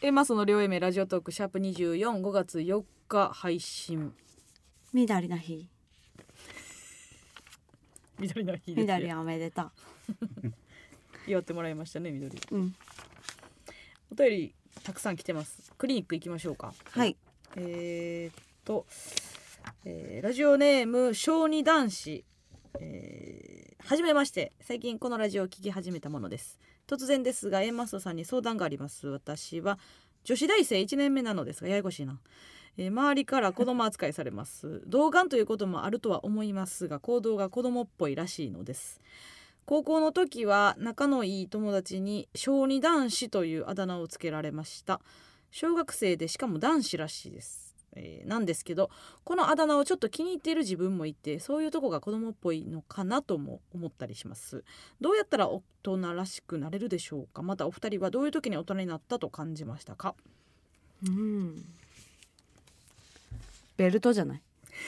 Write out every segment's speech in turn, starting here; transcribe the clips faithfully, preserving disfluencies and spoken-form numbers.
えまその両 A 名ラジオトークシャープにじゅうよん、ごがつよっか配信。 緑の日、 緑の日ですよ。 緑おめでとう。 祝ってもらいましたね緑。 うん、 お便りたくさん来てます。クリニック行きましょうか。 はい。 えー、っと、えー、ラジオネーム小児男子、えー、はじめまして。最近このラジオを聞き始めたものです。突然ですが A マストさんに相談があります。私は女子大生いちねんめなのですが、ややこしいな、えー、周りから子供扱いされます。童顔ということもあるとは思いますが、行動が子供っぽいらしいのです。高校の時は仲のいい友達に小児男子というあだ名をつけられました。小学生でしかも男子らしいです。えー、なんですけど、このあだ名をちょっと気に入っている自分もいて、そういうとこが子供っぽいのかなとも思ったりします。どうやったら大人らしくなれるでしょうか。またお二人はどういう時に大人になったと感じましたか。 うん、ベルトじゃない？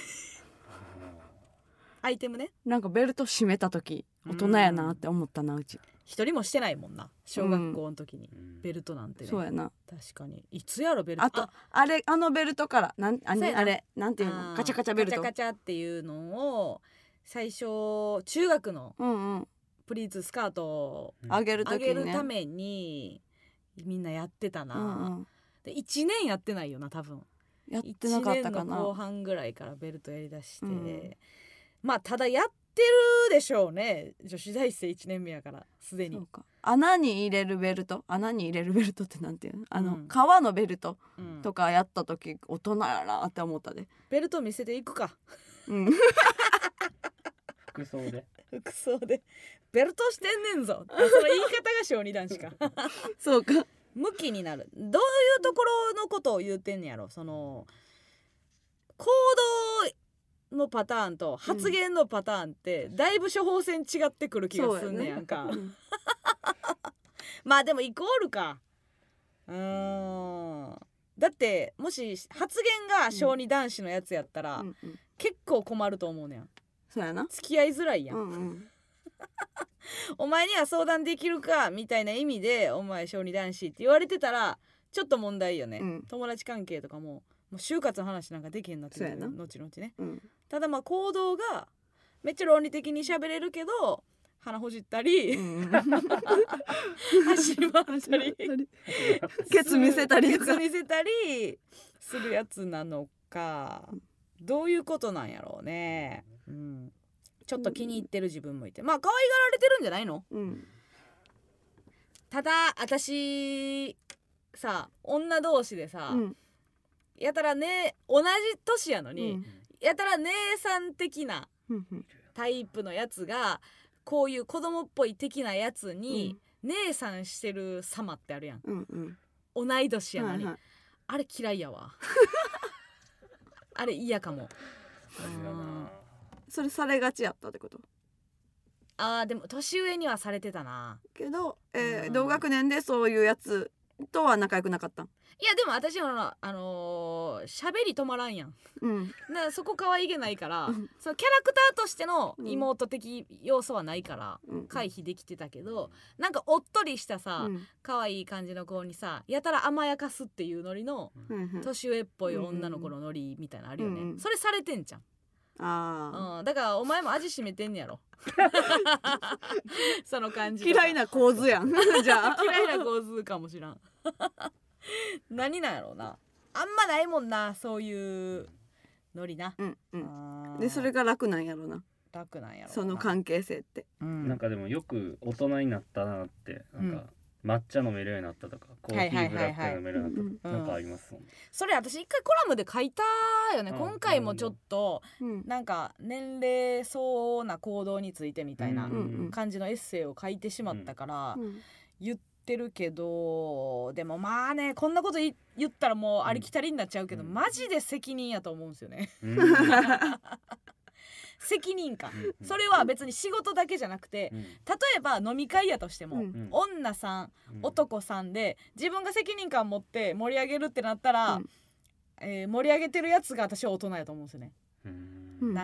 アイテムね。 なんかベルト締めた時大人やなって思ったな、うち。 一人もしてないもんな、小学校の時に、うん、ベルトなんてね。 そうやな。 確かに。いつやろベルト。 あと あ, あれあのベルトからなん あ, あれなんていうの、カチャカチャベルト。 カチャカチャっていうのを最初中学のプリーツスカートを上げる時に、ね、 上げるためにみんなやってたな、うんうん、でいちねんやってないよな多分。 やってなかったかな。 いちねんの後半ぐらいからベルトやりだして、うん、まあただやってるでしょうね。女子大生いちねんめやからすでに。 そうか。穴に入れるベルト穴に入れるベルトってなんていうの、あの、うん、革のベルトとかやった時、うん、大人やなって思ったで。 ベルト見せていくか、うん、 服装で服装でベルトしてんねんぞ。その言い方が小児男子かそうか。 向きになる。どういうところのことを言うてんねやろ。その行動のパターンと発言のパターンってだいぶ処方箋違ってくる気がすんねやんか、ね、まあでもイコールか。うーん、だってもし発言が小児男子のやつやったら、うんうん、結構困ると思うねん。 そうやな。 付き合いづらいやん、うんうん、お前には相談できるかみたいな意味でお前小児男子って言われてたらちょっと問題よね、うん、友達関係とかももう就活の話なんかできへんなってくる後々ね、うん、ただまあ行動がめっちゃ論理的に喋れるけど鼻ほじったり、うん、走り回ったりケツ見せたりケツ見せたりするやつなのか、どういうことなんやろうね、うん、ちょっと気に入ってる自分もいて、まあ可愛がられてるんじゃないの、うん、ただ私さ女同士でさ、うん、やたらね同じ年やのに、うん、やたら姉さん的なタイプのやつがこういう子供っぽい的なやつに、うん、姉さんしてる様ってあるやん、うんうん、同い年やのに、はいはい、あれ嫌いやわあれ嫌かも。 それされがちやったってこと？ あーでも年上にはされてたなけど、えー、同学年でそういうやつとは仲良くなかったん？ いやでも私はあのー、喋り止まらんやん、うん、だからそこ可愛げないから、うん、そのキャラクターとしての妹的要素はないから回避できてたけど、うん、なんかおっとりしたさ、うん、可愛い感じの子にさやたら甘やかすっていうノリの、うん、年上っぽい女の子のノリみたいなのあるよね、うん、それされてんじゃん。あ、うん、だからお前も味しめてんねやろその感じ嫌いな構図やんじゃあ嫌いな構図かもしらん何なんやろうな、あんまないもんなそういうノリな、うんうん、でそれが楽なんやろな。 楽なんやろなその関係性って、 うん、なんかでもよく大人になったなってなんか、うん、抹茶飲めるようになったとかコーヒーブラック飲めるようになったとかなんかありますもんね、うん、 それ私一回コラムで書いたよね、うん、今回もちょっと、うん、なんか年齢相応な行動についてみたいな感じのエッセイを書いてしまったから、うん、言ってるけどでもまあねこんなこと言ったらもうありきたりになっちゃうけど、うん、マジで責任やと思うんですよね、うん責任感、うん、それは別に仕事だけじゃなくて、うん、例えば飲み会やとしても、うん、女さん、うん、男さんで自分が責任感持って盛り上げるってなったら、うんえー、盛り上げてるやつが私は大人やと思うんですよね、うん、なんか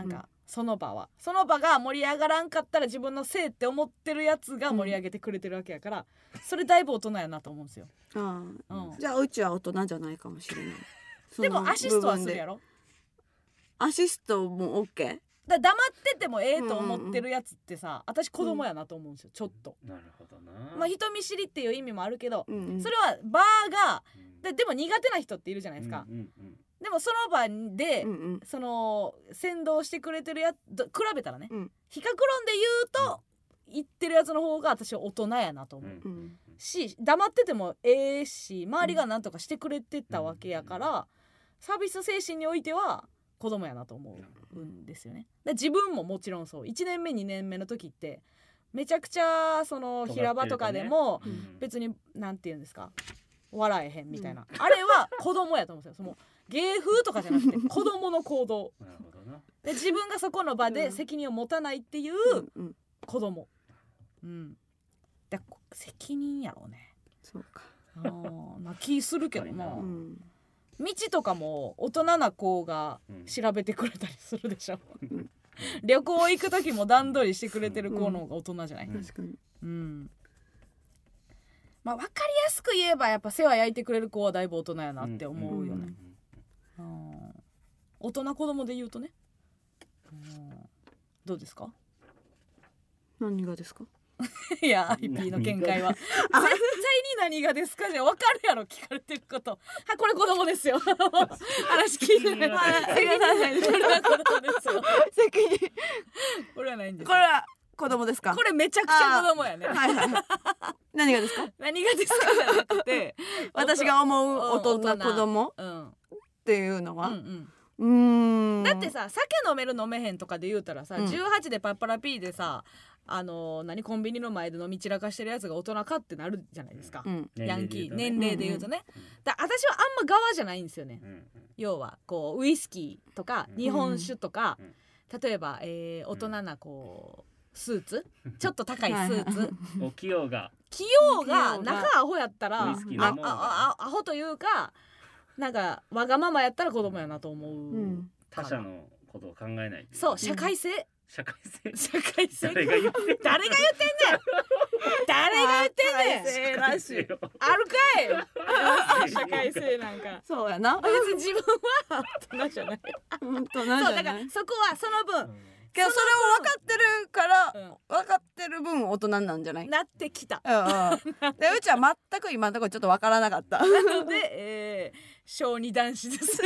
その場はその場が盛り上がらんかったら自分のせいって思ってるやつが盛り上げてくれてるわけやから、うん、それだいぶ大人やなと思うんですよ。 あ、うん、じゃあうちは大人じゃないかもしれない。 でもアシストはするやろ。 アシストも OK？ だ黙っててもええと思ってるやつってさ、うんうん、私子供やなと思うんですよ、ちょっと。 なるほどな。 まあ人見知りっていう意味もあるけど、 うんうん、 それは場がで、でも苦手な人っているじゃないですか、 うんうんうん、 でもその場で、 うんうん、 その先導してくれてるやつ比べたらね、うん、比較論で言うと、うん、言ってるやつの方が私は大人やなと思う、うん、し黙っててもええし周りが何とかしてくれてたわけやから、うん、サービス精神においては子供やなと思うんですよね。で自分ももちろんそういちねんめにねんめの時ってめちゃくちゃその平場とかでも別になんて言うんですか笑えへんみたいな、うん、あれは子供やと思うんですよ。その芸風とかじゃなくて子供の行動なるほどな。 で自分がそこの場で責任を持たないっていう子供、うんうん、で責任やろうね。 そうかあな気するけどな、うん、道とかも大人な子が調べてくれたりするでしょ、うん、旅行行く時も段取りしてくれてる子の方が大人じゃない、うん、 確かに、 うん、まあ分かりやすく言えばやっぱ世話焼いてくれる子はだいぶ大人やなって思うよね、うんうんうん、大人子供で言うとね、うん、どうですか？ 何がですか？ いや アイピー の見解は絶対に何がですかじゃ分かるやろ聞かれてること。はこれ子供ですよ話聞いてない責任ないこれは子供ですよ責任これはないんですよ。 これは子供ですか？ これめちゃくちゃ子供やね。はいはい何がですか？ 何がですかじゃなくて私が思う大人子供、うん、っていうのは、うんうんうーんだってさ酒飲める飲めへんとかで言うたらさ、うん、じゅうはちでパッパラピーでさあのー、何コンビニの前で飲み散らかしてるやつが大人かってなるじゃないですか、うん、ヤンキー年齢で言うとね、うんうん、だ私はあんま側じゃないんですよね、うんうん、要はこうウイスキーとか日本酒とか、うん、例えば、えー、大人なこうスーツちょっと高いスーツ着ようが着ようが中アホやったらあああアホというかなんかわがままやったら子供やなと思う、うん、 他者のことを考えない。 そう社会性、うん、 社会性社会性誰が言ってんねん誰が言ってんねん誰が言ってんねんらしいあるかい社会性なんかそうやな別に自分は大人じゃない大人じゃないそうだからそこはその分、うんけどそれを分かってるから、うん、分かってる分大人なんじゃないなってきた、 うんうん、でうちは全く今のところちょっと分からなかったなので、えー、小児男子です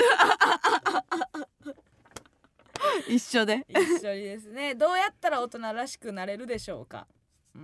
一緒で一緒にですねどうやったら大人らしくなれるでしょうか。うん、うん、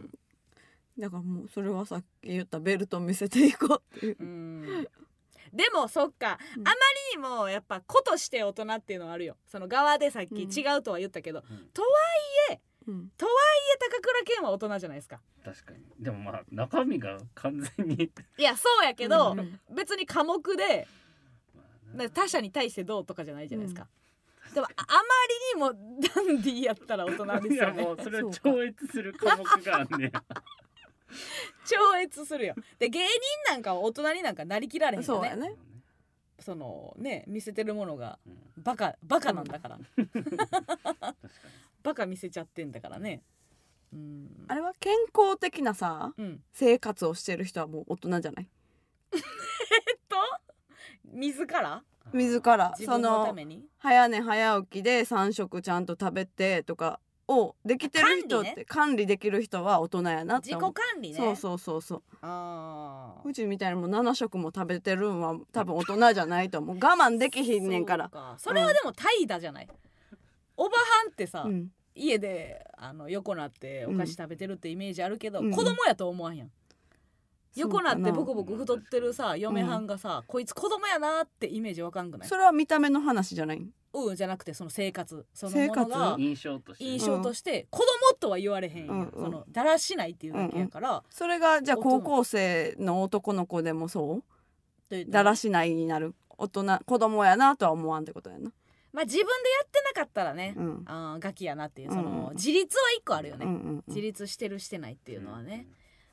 だからもうそれはさっき言ったベルト見せていこうっていう、うんでもそっか、うん、あまりにもやっぱ子として大人っていうのはあるよ。その側でさっき違うとは言ったけど、うん、とはいえ、うん、とはいえ高倉健は大人じゃないですか。 確かに。でもまあ中身が完全にいやそうやけど、うん、別に科目で他者に対してどうとかじゃないじゃないですか、うん、でもあまりにもダンディーやったら大人ですよね。 いやもうそれを超越する科目があんねや超越するよ。で芸人なんかは大人になんかなりきられへんよね。 そうやね。 そのね見せてるものがバカバカなんだから、うん、バカ見せちゃってんだからね。うん、 あれは健康的なさ、うん、生活をしてる人はもう大人じゃないえっと自ら自ら自分のために早寝早起きでさん食ちゃんと食べてとかをできてる人って、ね、管理できる人は大人やなって思う。 自己管理ね。 そうそうそうそう。 あうちみたいにもうなな食も食べてるんは多分大人じゃないと思う。我慢できひんねんから。 そ, かそれはでも怠惰じゃない、うん、おばはんってさ、うん、家であの横なってお菓子食べてるってイメージあるけど、うん、子供やと思わんやん。横なってボコボコ太ってるさ嫁はんがさ、うん、こいつ子供やなってイメージわかんくない？ それは見た目の話じゃない？ うんじゃなくてその生活そのものが印象として印象として子供とは言われへんやん、うんうん、そのだらしないっていうだけやから、うんうん、 それがじゃあ高校生の男の子でもそうだらしないになる大人子供やなとは思わんってことやな。 まあ自分でやってなかったらね、うん、あガキやなっていうその、うんうん、自立は一個あるよね、うんうんうん、自立してるしてないっていうのはね、うんうん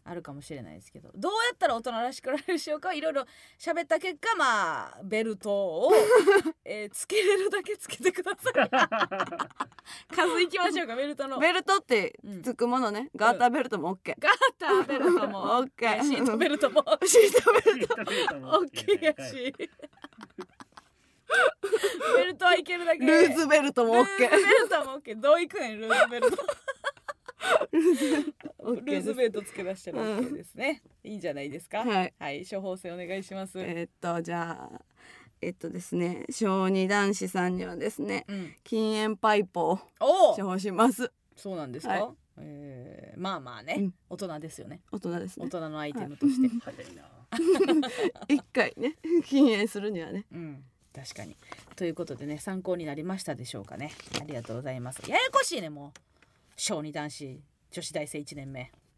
あるかもしれないですけど、どうやったら大人らしくなれるしようかいろいろ喋った結果、まあベルトを、えー、つけれるだけつけてください。数いきましょうか。ベルトのベルトってつくものね、うん、ガーターベルトも OK、 ガーターベルトも OK、 シートベルトもシートベルトも OK やしベルトはいけるだけ。 ルーズベルトも OK、 ルーズベルトも OK。 どういくねんルーズベルトルーズベルトつけ出したら OK ですね、うん、いいんじゃないですか。はい、はい、処方箋お願いします。 えー、っとじゃあえっとですね小児男子さんにはですね、うん、禁煙パイプを処方します。 そうなんですか、はい、えー、まあまあね、うん、大人ですよね。 大人ですね。 大人のアイテムとして、 はい、早いな一回ね禁煙するにはね、 うん、確かに。ということでね、参考になりましたでしょうかね。ありがとうございます。ややこしいね、もう小児男子女子大生いちねんめ